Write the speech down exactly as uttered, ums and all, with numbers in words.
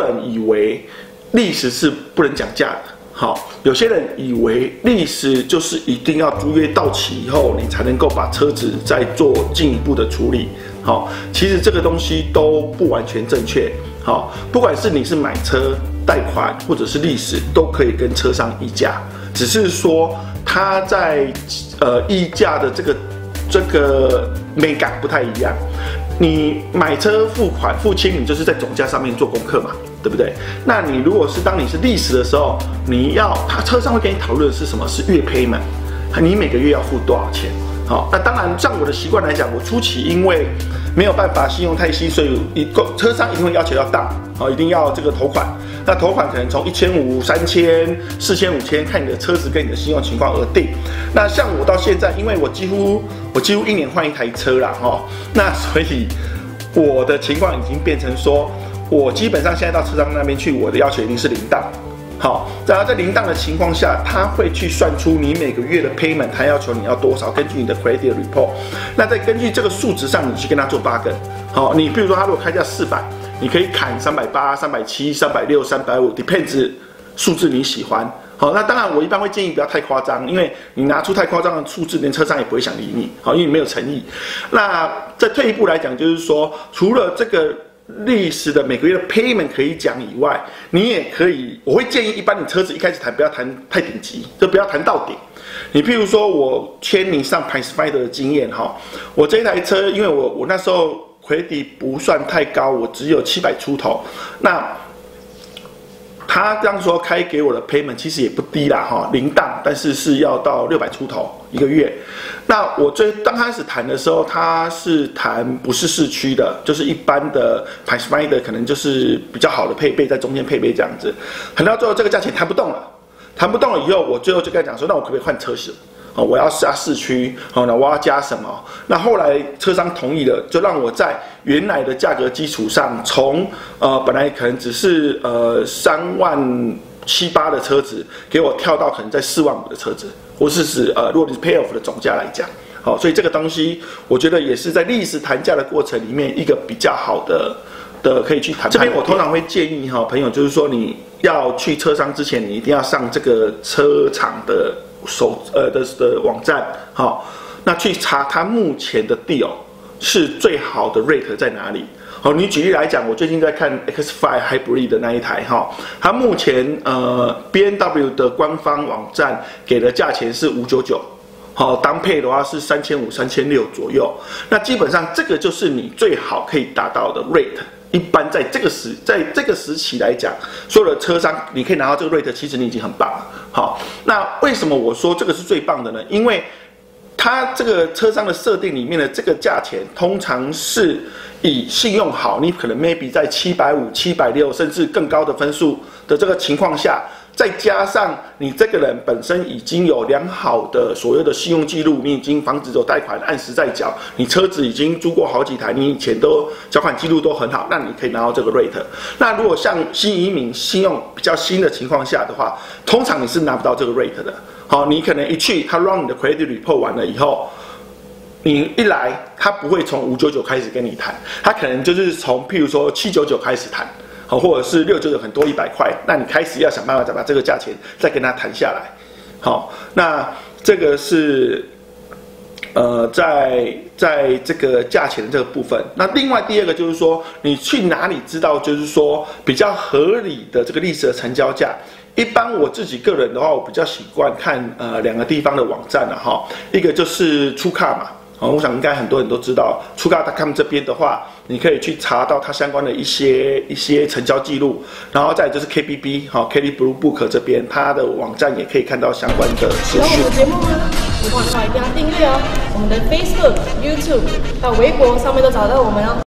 人以为历史是不能讲价的。好，有些人以为历史就是一定要租约到期以后，你才能够把车子再做进一步的处理。好，其实这个东西都不完全正确。好，不管是你是买车、贷款或者是历史，都可以跟车商议价，只是说他在呃议价的这个这个美感不太一样。你买车付款付清，你就是在总价上面做功课嘛，对不对？那你如果是当你是历史的时候，你要他车商会跟你讨论的是什么？是月 payment， 你每个月要付多少钱？好，那当然，像我的习惯来讲，我初期因为没有办法信用太稀，所以一个车商一定会要求要大，好，一定要这个头款。那头款可能从一千五、三千、四千、五千，看你的车子跟你的信用情况而定。那像我到现在，因为我几乎我几乎一年换一台车啦，哈，那所以我的情况已经变成说，我基本上现在到车商那边去，我的要求一定是零档。好，然后在零档的情况下，他会去算出你每个月的 payment， 他要求你要多少，根据你的 credit report， 那再根据这个数值上，你去跟他做八根。好，你比如说他如果开价四百，你可以砍三百八、三百七、三百六、三百五 ，depends 数字你喜欢。好，那当然我一般会建议不要太夸张，因为你拿出太夸张的数字，连车商也不会想理你。好，因为你没有诚意。那再退一步来讲，就是说，除了这个历史的每个月的 payment 可以讲以外，你也可以，我会建议一般你车子一开始谈不要谈太顶级，就不要谈到顶。你譬如说我牵你上 Pathfinder 的经验哈，我这台车因为我我那时候credit不算太高，我只有七百出头，那他这样说开给我的 payment 其实也不低啦哈，零档，但是是要到六百出头一个月。那我最刚开始谈的时候，他是谈不是市区的，就是一般的 Pathfinder 可能就是比较好的配备，在中间配备这样子。谈到最后这个价钱谈不动了，谈不动了以后，我最后就跟他讲说，那我可不可以换车型？哦，我要加市区，好，那我要加什么？那后来车商同意了，就让我在原来的价格基础上，从呃本来可能只是呃三万七八的车子，给我跳到可能在四万五的车子，或是指呃如果你是 pay off 的总价来讲，好，所以这个东西我觉得也是在历史谈价的过程里面一个比较好的的可以去谈。这边我通常会建议哈朋友，就是说你要去车商之前，你一定要上这个车厂的。手呃的的网站，好，那去查它目前的 deal 是最好的 rate 在哪里？好，你举例来讲，我最近在看 X 五 Hybrid 的那一台哈，它目前呃 B M W 的官方网站给的价钱是五九九，好，当配的话是三千五、三千六左右，那基本上这个就是你最好可以达到的 rate。一般在这个时，在这个时期来讲，所有的车商你可以拿到这个 rate， 其实你已经很棒了。好，那为什么我说这个是最棒的呢？因为它这个车商的设定里面的这个价钱，通常是以信用好，你可能 maybe 在七百五、七百六甚至更高的分数的这个情况下。再加上你这个人本身已经有良好的所谓的信用记录，你已经房子有贷款按时在缴，你车子已经租过好几台，你以前都缴款记录都很好，那你可以拿到这个 rate。那如果像新移民信用比较新的情况下的话，通常你是拿不到这个 rate 的。好，你可能一去他 run 你的 credit report 完了以后，你一来他不会从五九九开始跟你谈，他可能就是从譬如说七九九开始谈。好，或者是六九九很多一百块，那你开始要想办法再把这个价钱再跟他谈下来。好，那这个是呃在在这个价钱的这个部分。那另外第二个就是说，你去哪里知道就是说比较合理的这个历史的成交价？一般我自己个人的话，我比较习惯看呃两个地方的网站了哈，一个就是出卡嘛。哦，我想应该很多人都知道，出卡他们这边的话，你可以去查到它相关的一些一些成交记录，然后再就是 K B B 好 Kelley Blue Book 这边，它的网站也可以看到相关的资讯。 喜欢我们的节目吗？喜欢的话一定要订阅哦，我们的 Facebook、YouTube 还有微博上面都找到我们哦。